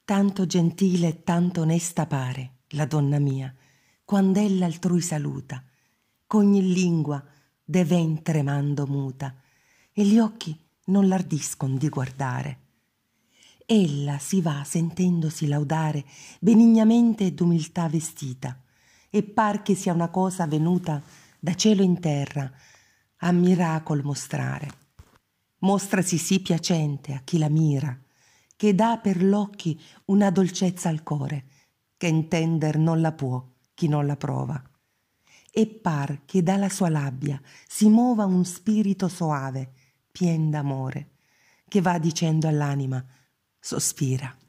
Tanto gentile e tanto onesta pare la donna mia, quand'ella altrui saluta, ch'ogni lingua de ven tremando muta, e gli occhi non l'ardiscon di guardare. Ella si va sentendosi laudare benignamente d'umiltà vestita, e par che sia una cosa venuta da cielo in terra a miracol mostrare. Mostrasi sì piacente a chi la mira, che dà per l'occhi una dolcezza al core, che intender non la può chi non la prova. E par che dalla sua labbia si muova un spirito soave, pien d'amore, che va dicendo all'anima: sospira,